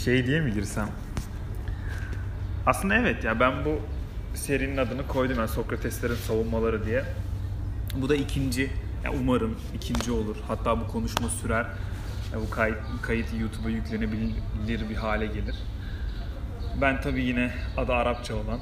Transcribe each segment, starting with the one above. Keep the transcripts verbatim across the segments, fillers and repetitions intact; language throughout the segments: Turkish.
Şey diye mi girsem? Aslında evet ya, ben bu serinin adını koydum yani Sokrateslerin savunmaları diye. Bu da ikinci, yani umarım ikinci olur. Hatta bu konuşma sürer. Yani bu kayıt, kayıt YouTube'a yüklenebilir bir hale gelir. Ben tabii yine adı Arapça olan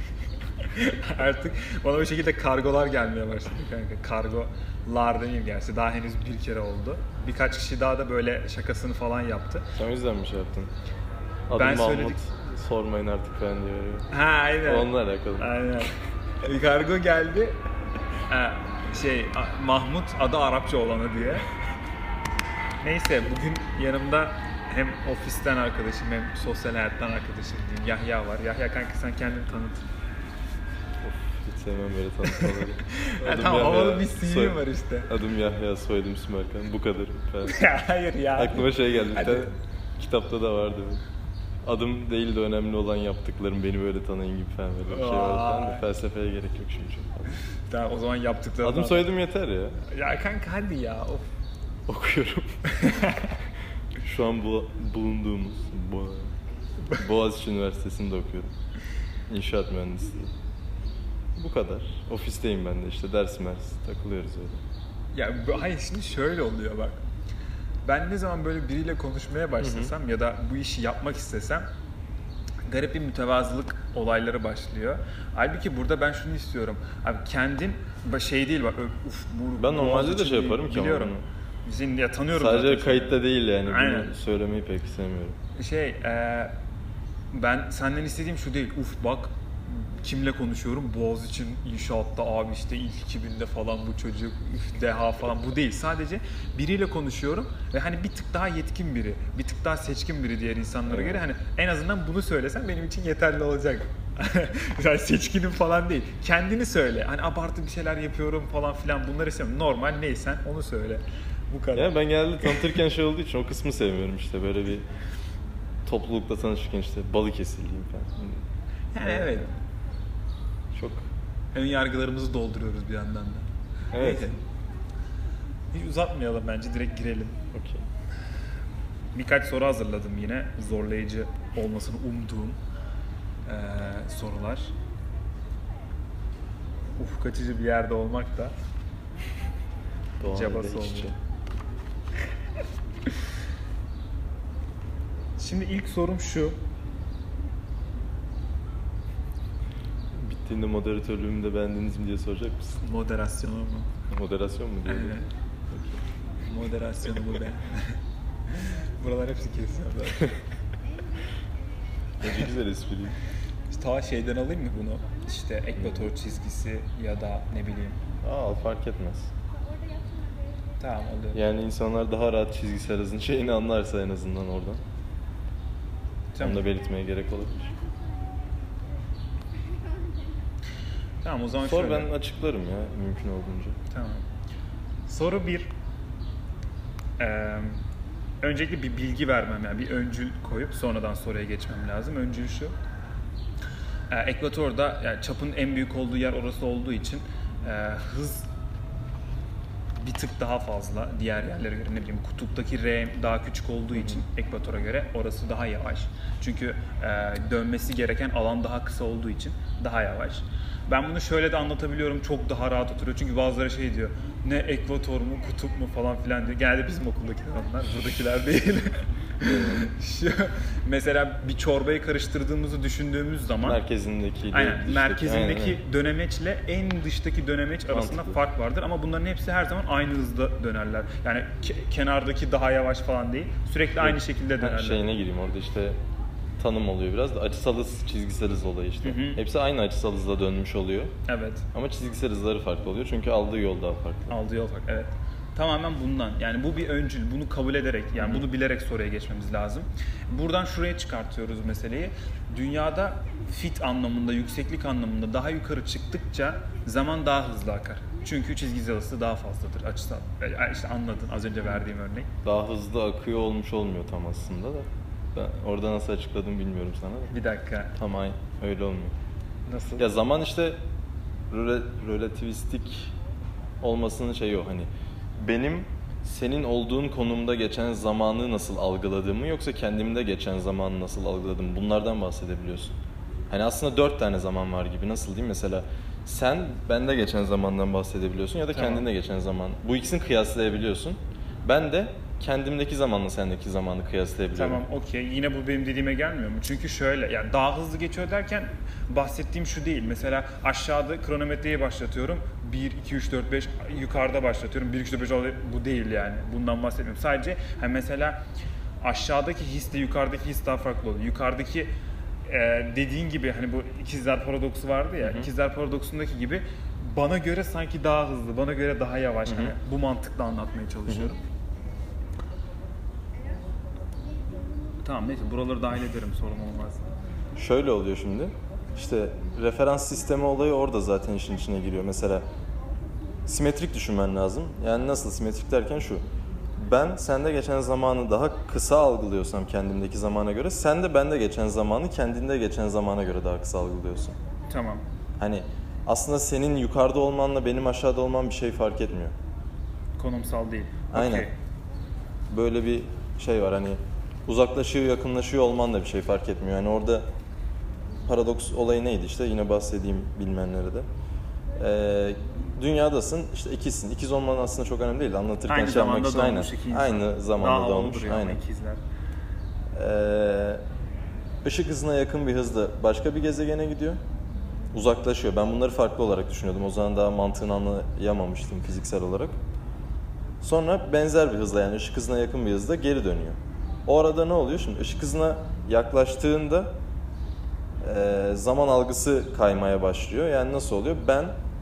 artık bana bu şekilde kargolar gelmeye başladı kanka. Kargolar demeyeyim gerçi, daha henüz bir kere oldu. Birkaç kişi daha da böyle şakasını falan yaptı. Sen o yüzden mi şey yaptın? Adım Ben Mahmut, söyledik. sormayın artık falan diyor. Ha aynen. Onunla alakalı. Aynen. Bir kargo geldi. Ha, şey Mahmut adı Arapça olanı diye. Neyse bugün yanımda hem ofisten arkadaşım hem sosyal hayattan arkadaşım diyeyim Yahya var. Yahya kanka sen kendini tanıt. Of, hiç sevmem böyle tanıtmaları. Ya tamam, havalı bir C V var işte. Adım Yahya, soyadım Sümerkan. Bu kadar falan. Hayır ya. Aklıma şey geldi. Bir Hadi. tane kitapta da vardı. Adım değil de önemli olan yaptıklarım, beni böyle tanıyın gibi falan böyle bir şey var falan da felsefeye gerek yok şimdi çok fazla. Tamam o zaman yaptıklarım. Adım soyadım yeter ya. Ya kanka hadi ya. Of. Okuyorum. Şu an bu bulunduğumuz Bo Boğaziçi Üniversitesi'nde okuyorum. İnşaat mühendisliği. Bu kadar. Ofisteyim ben de işte, ders mers takılıyoruz öyle. Ya hayır, şimdi şöyle oluyor bak. Ben ne zaman böyle biriyle konuşmaya başlasam, hı hı, ya da bu işi yapmak istesem garip bir mütevazılık olayları başlıyor. Halbuki burada ben şunu istiyorum. Abi kendin şey değil bak. Uf, bu, ben normalde de şey değil, yaparım ki biliyorum. Seni ya tanıyorum. Sadece zaten kayıtta şey değil yani. Aynen. Bunu söylemeyi pek istemiyorum. Şey, e, ben senden istediğim şu değil. Uf bak kimle konuşuyorum? Boğaziçi'nin inşaatta abi işte ilk iki binde falan bu çocuk üf, deha falan, bu değil. Sadece biriyle konuşuyorum ve hani bir tık daha yetkin biri, bir tık daha seçkin biri diğer insanlara evet. göre. Hani en azından bunu söylesen benim için yeterli olacak. Yani seçkinim falan değil. Kendini söyle. Hani abartı bir şeyler yapıyorum falan filan, bunları istemiyorum. Normal neysen onu söyle. Bu kadar. Ya ben genelde tanıtırken şey olduğu için o kısmı sevmiyorum işte, böyle bir toplulukla tanışırken işte Balıkesirliyim falan. Yani evet. evet. Çok. Ön yargılarımızı dolduruyoruz bir yandan da. Evet. Neyse. Hiç uzatmayalım bence, direkt girelim. Okey. Birkaç soru hazırladım yine. Zorlayıcı olmasını umduğum ee, sorular. Uf, kaçıcı bir yerde olmak da cabası olmuyor. Şimdi ilk sorum şu. Bittiğinde moderatörlüğümü de beğendiniz mi diye soracak mısın? Moderasyonu mu? Moderasyon mu diyor? Evet. Okay. Moderasyonu bu be. Buralar hepsi kesiyor zaten. Ne güzel espri. Ta şeyden alayım mı bunu? İşte ekvator çizgisi ya da ne bileyim. Aa, fark etmez. Tamam, oluyor. Yani insanlar daha rahat çizgisel hızın şeyini anlarsa en azından oradan. Tamam. Onu da belirtmeye gerek olabilir. Tamam o zaman Sor, şöyle. ben açıklarım ya mümkün olduğunca. Tamam. Soru bir. Ee, öncelikle bir bilgi vermem, yani bir öncül koyup sonradan soruya geçmem lazım. Öncül şu. Ee, Ekvator'da yani çapın en büyük olduğu yer orası olduğu için e, hız bir tık daha fazla diğer yerlere göre. Ne bileyim, kutuptaki R daha küçük olduğu için ekvatora göre orası daha yavaş. Çünkü e, dönmesi gereken alan daha kısa olduğu için daha yavaş. Ben bunu şöyle de anlatabiliyorum, çok daha rahat oturuyor. Çünkü bazıları şey diyor, ne ekvator mu, kutup mu falan filan diyor. Genelde bizim okuldakiler onlar, buradakiler değil. Şu, mesela bir çorbayı karıştırdığımızı düşündüğümüz zaman merkezindeki aynen, merkezindeki aynen. dönemeçle en dıştaki dönemeç arasında mantıklı fark vardır ama bunların hepsi her zaman aynı hızda dönerler. Yani ke- kenardaki daha yavaş falan değil, sürekli evet. aynı şekilde dönerler. Şeyine gireyim, orada işte tanım oluyor biraz da, açısal hız, çizgisel hız olayı işte. Hı hı. Hepsi aynı açısal hızla dönmüş oluyor. Evet. Ama çizgisel hızları farklı oluyor çünkü aldığı yol daha farklı. Aldığı yol farklı, evet. Tamamen bundan. Yani bu bir öncül. Bunu kabul ederek, yani Hı-hı. bunu bilerek soruya geçmemiz lazım. Buradan şuraya çıkartıyoruz meseleyi. Dünyada fit anlamında, yükseklik anlamında daha yukarı çıktıkça zaman daha hızlı akar. Çünkü çizgisel hızı daha fazladır açısal. İşte anladın az önce verdiğim örnek. Daha hızlı akıyor olmuş olmuyor tam aslında da. Ben orada nasıl açıkladım bilmiyorum sana da. Bir dakika. Tam aynı. Öyle olmuyor. Nasıl? Ya zaman işte rel- relativistik olmasının şeyi o, hani benim senin olduğun konumda geçen zamanı nasıl algıladığımı yoksa kendimde geçen zamanı nasıl algıladığımı, bunlardan bahsedebiliyorsun. Hani aslında dört tane zaman var gibi, nasıl diyeyim, mesela sen bende geçen zamandan bahsedebiliyorsun ya da Tamam. kendinde geçen zaman. Bu ikisini kıyaslayabiliyorsun. Ben de kendimdeki zamanla sendeki zamanı kıyaslayabiliyorum. Tamam, okey. Yine bu benim dediğime gelmiyor mu? Çünkü şöyle, yani daha hızlı geçiyor derken bahsettiğim şu değil. Mesela aşağıda kronometreyi başlatıyorum. bir, iki, üç, dört, beş, yukarıda başlatıyorum. bir, iki, üç, dört, beş, bu değil yani. Bundan bahsetmiyorum. Sadece hani mesela aşağıdaki hisle yukarıdaki his daha farklı oluyor. Yukarıdaki e, dediğin gibi hani bu ikizler paradoksu vardı ya. Hı hı. İkizler paradoksundaki gibi bana göre sanki daha hızlı, bana göre daha yavaş. Hı hı. Hani bu mantıkla anlatmaya çalışıyorum. Hı hı. Tamam, neyse, buraları dahil ederim, sorun olmaz. Şöyle oluyor şimdi. İşte referans sistemi olayı orada zaten işin içine giriyor. Mesela simetrik düşünmen lazım. Yani nasıl simetrik derken şu. Ben sende geçen zamanı daha kısa algılıyorsam kendimdeki zamana göre, sen de bende geçen zamanı kendinde geçen zamana göre daha kısa algılıyorsun. Tamam. Hani aslında senin yukarıda olmanla benim aşağıda olmam bir şey fark etmiyor. Konumsal değil. Aynen. Okay. Böyle bir şey var, hani uzaklaşıyor, yakınlaşıyor olman da bir şey fark etmiyor. Yani orada paradoks olayı neydi işte, yine bahsedeyim bilmeyenlere de. Ee, dünyadasın, işte ikizsin. İkiz olman aslında çok önemli değil. Anlatırken aynı şey yapmak zamanda için doğmuş aynen. iki insan. Aynı zamanda daha doğmuş. Daha aynen. ikizler. Ee, ışık hızına yakın bir hızla başka bir gezegene gidiyor. Uzaklaşıyor. Ben bunları farklı olarak düşünüyordum. O zaman daha mantığını anlayamamıştım fiziksel olarak. Sonra benzer bir hızla, yani ışık hızına yakın bir hızla geri dönüyor. O arada ne oluyor? Şimdi ışık hızına yaklaştığında e, zaman algısı kaymaya başlıyor. Yani nasıl oluyor? Ben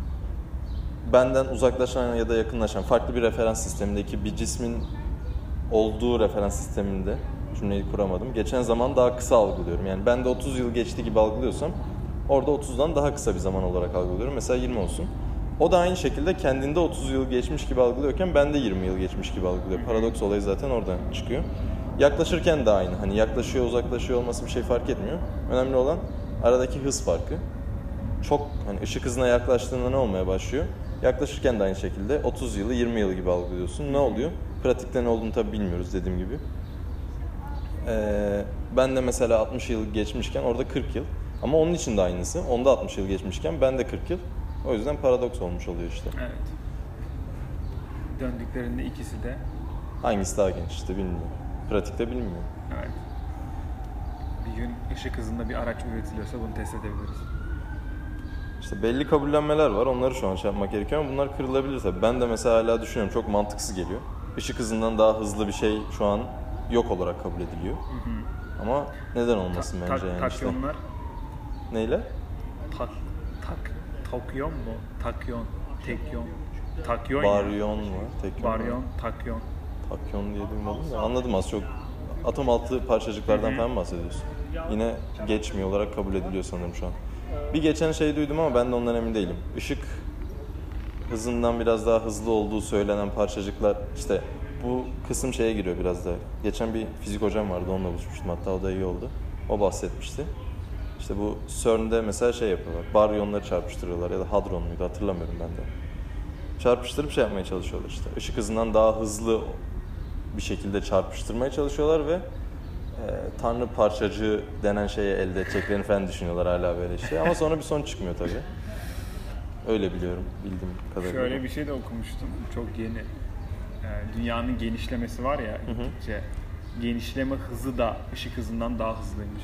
benden uzaklaşan ya da yakınlaşan farklı bir referans sistemindeki bir cismin olduğu referans sisteminde, cümleyi kuramadım, geçen zaman daha kısa algılıyorum. Yani ben de otuz yıl geçti gibi algılıyorsam orada otuzdan daha kısa bir zaman olarak algılıyorum. Mesela yirmi olsun. O da aynı şekilde kendinde otuz yıl geçmiş gibi algılıyorken ben de yirmi yıl geçmiş gibi algılıyor. Paradoks olayı zaten oradan çıkıyor. Yaklaşırken de aynı. Hani yaklaşıyor, uzaklaşıyor olması bir şey fark etmiyor. Önemli olan aradaki hız farkı. Çok hani ışık hızına yaklaştığında ne olmaya başlıyor? Yaklaşırken de aynı şekilde otuz yılı yirmi yıl gibi algılıyorsun. Ne oluyor? Pratikte ne olduğunu tabii bilmiyoruz, dediğim gibi. Ee, ben de mesela altmış yıl geçmişken orada kırk yıl. Ama onun için de aynısı. Onda altmış yıl geçmişken ben de kırk yıl. O yüzden paradoks olmuş oluyor işte. Evet. Döndüklerinde ikisi de. Hangisi daha genç işte bilmiyorum. Pratikte bilmiyorum. Evet. Bir gün ışık hızında bir araç üretiliyorsa bunu test edebiliriz. İşte belli kabullenmeler var. Onları şu an şey yapmak gerekiyor ama bunlar kırılabilir tabii. Ben de mesela hala düşünüyorum. Çok mantıksız geliyor. Işık hızından daha hızlı bir şey şu an yok olarak kabul ediliyor. Hı hı. Ama neden olmasın Ta- bence tak- yani işte. Takyonlar. Neyle? Tak, tak, takyon mu? Takyon, tekyon, takyon Baryon var. Tekyon Baryon, var. takyon. Takyon diye duymadım da anladım az çok. Atom altı parçacıklardan Hı-hı. falan bahsediyorsun. Yine geçmiyor olarak kabul ediliyor sanırım şu an. Bir geçen şey duydum ama ben de ondan emin değilim. Işık hızından biraz daha hızlı olduğu söylenen parçacıklar, işte bu kısım şeye giriyor biraz da. Geçen bir fizik hocam vardı, onunla buluşmuştum, hatta o da iyi oldu. O bahsetmişti. İşte bu CERN'de mesela şey yapıyorlar. Baryonları çarpıştırıyorlar ya da hadron muydu hatırlamıyorum ben de. Çarpıştırıp şey yapmaya çalışıyorlar işte. Işık hızından daha hızlı bir şekilde çarpıştırmaya çalışıyorlar ve e, Tanrı parçacığı denen şeyi elde edeceklerini falan düşünüyorlar hala böyle işte. Ama sonra bir sonuç çıkmıyor tabii. Öyle biliyorum, bildiğim kadarıyla. Şöyle bir şey de okumuştum, çok yeni. Ee, dünyanın genişlemesi var ya, gittikçe. Genişleme hızı da ışık hızından daha hızlıymış.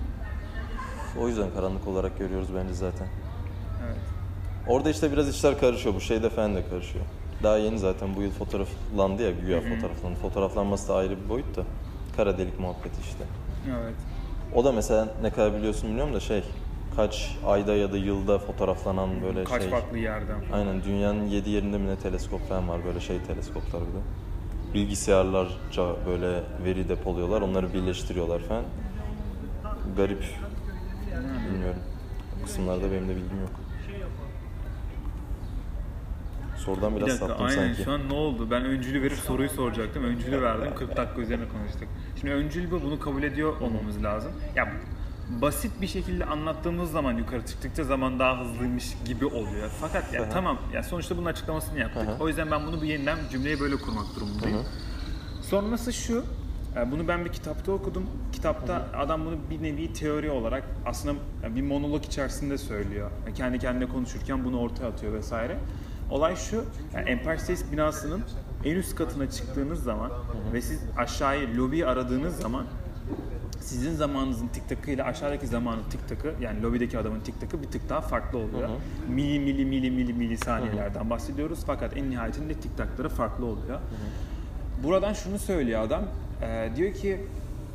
O yüzden karanlık olarak görüyoruz bence zaten. Evet. Orada işte biraz işler karışıyor, bu şeyde falan da karışıyor. Daha yeni zaten bu yıl fotoğraflandı ya, güya fotoğraflandı. Fotoğraflanması da ayrı bir boyut da. Kara delik muhabbeti işte. Evet. O da mesela ne kadar biliyorsun bilmiyorum da şey, kaç ayda ya da yılda fotoğraflanan böyle Kaç şey. Kaç farklı yerden falan. Aynen, dünyanın yedi yerinde mi ne teleskop falan var, böyle şey teleskoplar bir de. Bilgisayarlarca böyle veri depoluyorlar, onları birleştiriyorlar falan. Garip. Bilmiyorum. O kısımlarda benim de bilgim yok. Sorudan biraz Bir dakika, saptım aynen sanki. şu an ne oldu? Ben öncülü verip soruyu soracaktım. Öncülü verdim, kırk dakika üzerine konuştuk. Şimdi öncül bu, bunu kabul ediyor olmamız lazım. Ya basit bir şekilde anlattığımız zaman yukarı çıktıkça zaman daha hızlıymış gibi oluyor. Fakat ya Aha. tamam ya sonuçta bunun açıklamasını yaptık. Aha. O yüzden ben bunu bir yeniden cümleyi böyle kurmak durumundayım. Aha. Sonrası şu, e, bunu ben bir kitapta okudum. Kitapta Hı-hı. adam bunu bir nevi teori olarak aslında bir monolog içerisinde söylüyor. Yani kendi kendine konuşurken bunu ortaya atıyor vesaire. Olay şu, yani Empire State binasının en üst katına çıktığınız zaman Hı-hı. ve siz aşağıyı, lobiyi aradığınız zaman sizin zamanınızın tik takı ile aşağıdaki zamanın tik takı, yani lobideki adamın tik takı bir tık daha farklı oluyor. Hı hı. Mili mili mili mili mili saniyelerden bahsediyoruz fakat en nihayetinde tik takları farklı oluyor. Hı hı. Buradan şunu söylüyor adam, e, diyor ki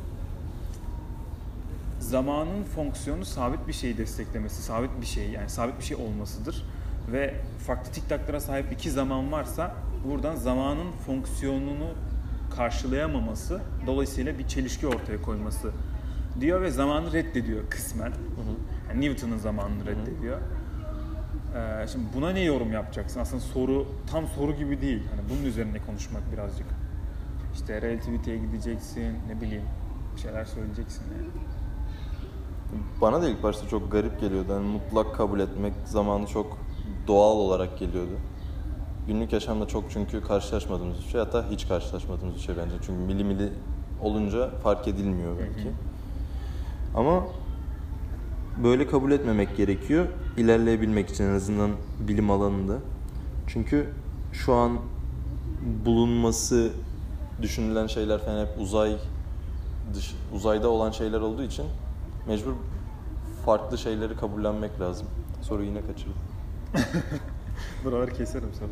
zamanın fonksiyonu sabit bir şeyi desteklemesi, sabit bir şey yani sabit bir şey olmasıdır ve farklı tik taklara sahip iki zaman varsa buradan zamanın fonksiyonunu karşılayamaması dolayısıyla bir çelişki ortaya koyması diyor ve zamanı reddediyor kısmen. Hı hı. Yani Newton'un zamanını reddediyor. Ee, şimdi buna ne yorum yapacaksın? Aslında soru tam soru gibi değil. Hani bunun üzerine konuşmak birazcık. İşte relativiteye gideceksin, ne bileyim bir şeyler söyleyeceksin yani. Bana da ilk başta çok garip geliyordu. Yani mutlak kabul etmek zamanı çok doğal olarak geliyordu. Günlük yaşamda çok çünkü karşılaşmadığımız bir şey, hatta hiç karşılaşmadığımız bir şey bence. Çünkü mili mili olunca fark edilmiyor belki. Hı hı. Ama böyle kabul etmemek gerekiyor ilerleyebilmek için en azından bilim alanında. Çünkü şu an bulunması düşünülen şeyler falan hep uzay dış, uzayda olan şeyler olduğu için mecbur farklı şeyleri kabullenmek lazım. Soruyu yine kaçırdım. Buraları keserim sonra.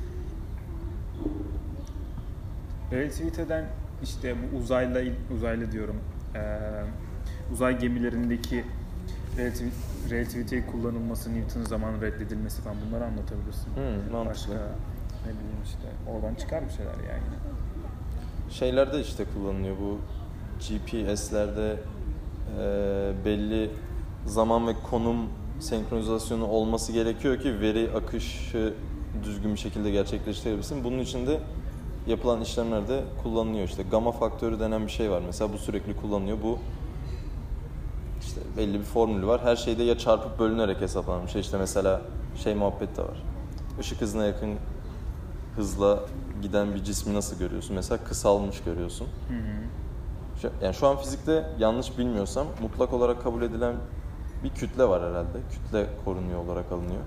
Relativiteden işte bu uzayla uzaylı diyorum. Ee, uzay gemilerindeki relativ, relativiteyi kullanılması, Newton'un zamanı reddedilmesi falan bunları anlatabilirsin. Hmm, mantıklı. Başka ne bileyim işte oradan çıkar bir şeyler yani. Şeylerde işte kullanılıyor bu G P S'lerde e, belli zaman ve konum senkronizasyonu olması gerekiyor ki veri akışı düzgün bir şekilde gerçekleştirebilsin. Bunun için de yapılan işlemlerde kullanılıyor. İşte gamma faktörü denen bir şey var. Mesela bu sürekli kullanılıyor. Bu işte belli bir formülü var. Her şeyde ya çarpıp bölünerek hesaplanan bir şey. İşte mesela şey muhabbet de var. Işık hızına yakın hızla giden bir cismi nasıl görüyorsun? Mesela kısalmış görüyorsun. Hı hı. Yani şu an fizikte yanlış bilmiyorsam mutlak olarak kabul edilen bir kütle var herhalde. Kütle korunuyor olarak alınıyor.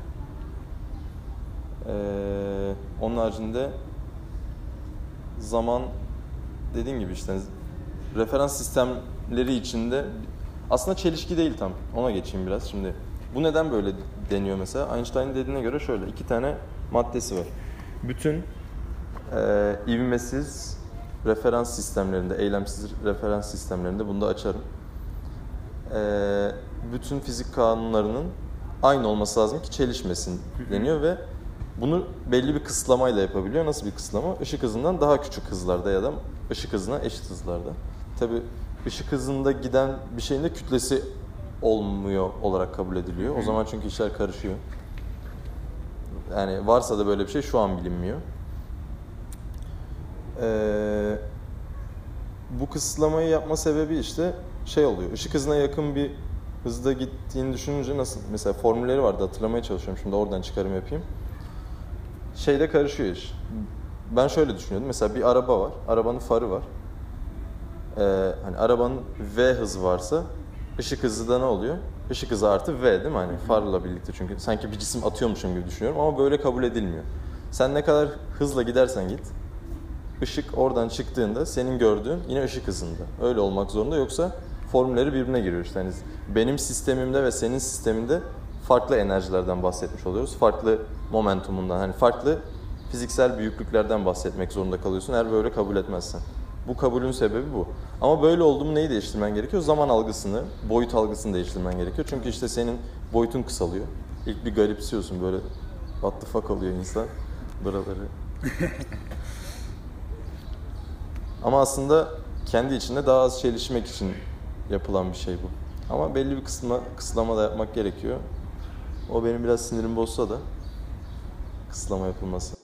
Ee, onun haricinde zaman dediğim gibi işte referans sistemleri içinde aslında çelişki değil tam. Ona geçeyim biraz şimdi. Bu neden böyle deniyor mesela? Einstein'ın dediğine göre şöyle iki tane maddesi var. Bütün e, ivmesiz referans sistemlerinde, eylemsiz referans sistemlerinde bunu da açarım. E, bütün fizik kanunlarının aynı olması lazım ki çelişmesin deniyor ve bunu belli bir kısıtlamayla yapabiliyor. Nasıl bir kısıtlama? Işık hızından daha küçük hızlarda ya da ışık hızına eşit hızlarda. Tabii ışık hızında giden bir şeyin de kütlesi olmuyor olarak kabul ediliyor. O zaman çünkü işler karışıyor. Yani varsa da böyle bir şey şu an bilinmiyor. Ee, bu kısıtlamayı yapma sebebi işte şey oluyor. Işık hızına yakın bir hızda gittiğini düşününce nasıl? Mesela formülleri vardı, hatırlamaya çalışıyorum. Şimdi oradan çıkarım yapayım. Şeyde karışıyor iş. Ben şöyle düşünüyordum. Mesela bir araba var. Arabanın farı var. Ee, hani arabanın V hızı varsa ışık hızı da ne oluyor? Işık hızı artı V değil mi? Hani farla birlikte çünkü sanki bir cisim atıyormuşum gibi düşünüyorum ama böyle kabul edilmiyor. Sen ne kadar hızla gidersen git, ışık oradan çıktığında senin gördüğün yine ışık hızında. Öyle olmak zorunda yoksa formülleri birbirine giriyor işte. Yani benim sistemimde ve senin sisteminde farklı enerjilerden bahsetmiş oluyoruz. Farklı momentumundan, hani farklı fiziksel büyüklüklerden bahsetmek zorunda kalıyorsun eğer böyle kabul etmezsen. Bu kabulün sebebi bu. Ama böyle oldu mu neyi değiştirmen gerekiyor? Zaman algısını, boyut algısını değiştirmen gerekiyor. Çünkü işte senin boyutun kısalıyor. İlk bir garipsiyorsun böyle, what the fuck oluyor insan buraları. Ama aslında kendi içinde daha az çelişmek için yapılan bir şey bu. Ama belli bir kısma, kısıtlama da yapmak gerekiyor. O benim biraz sinirimi bozsa da kısıtlama yapılması.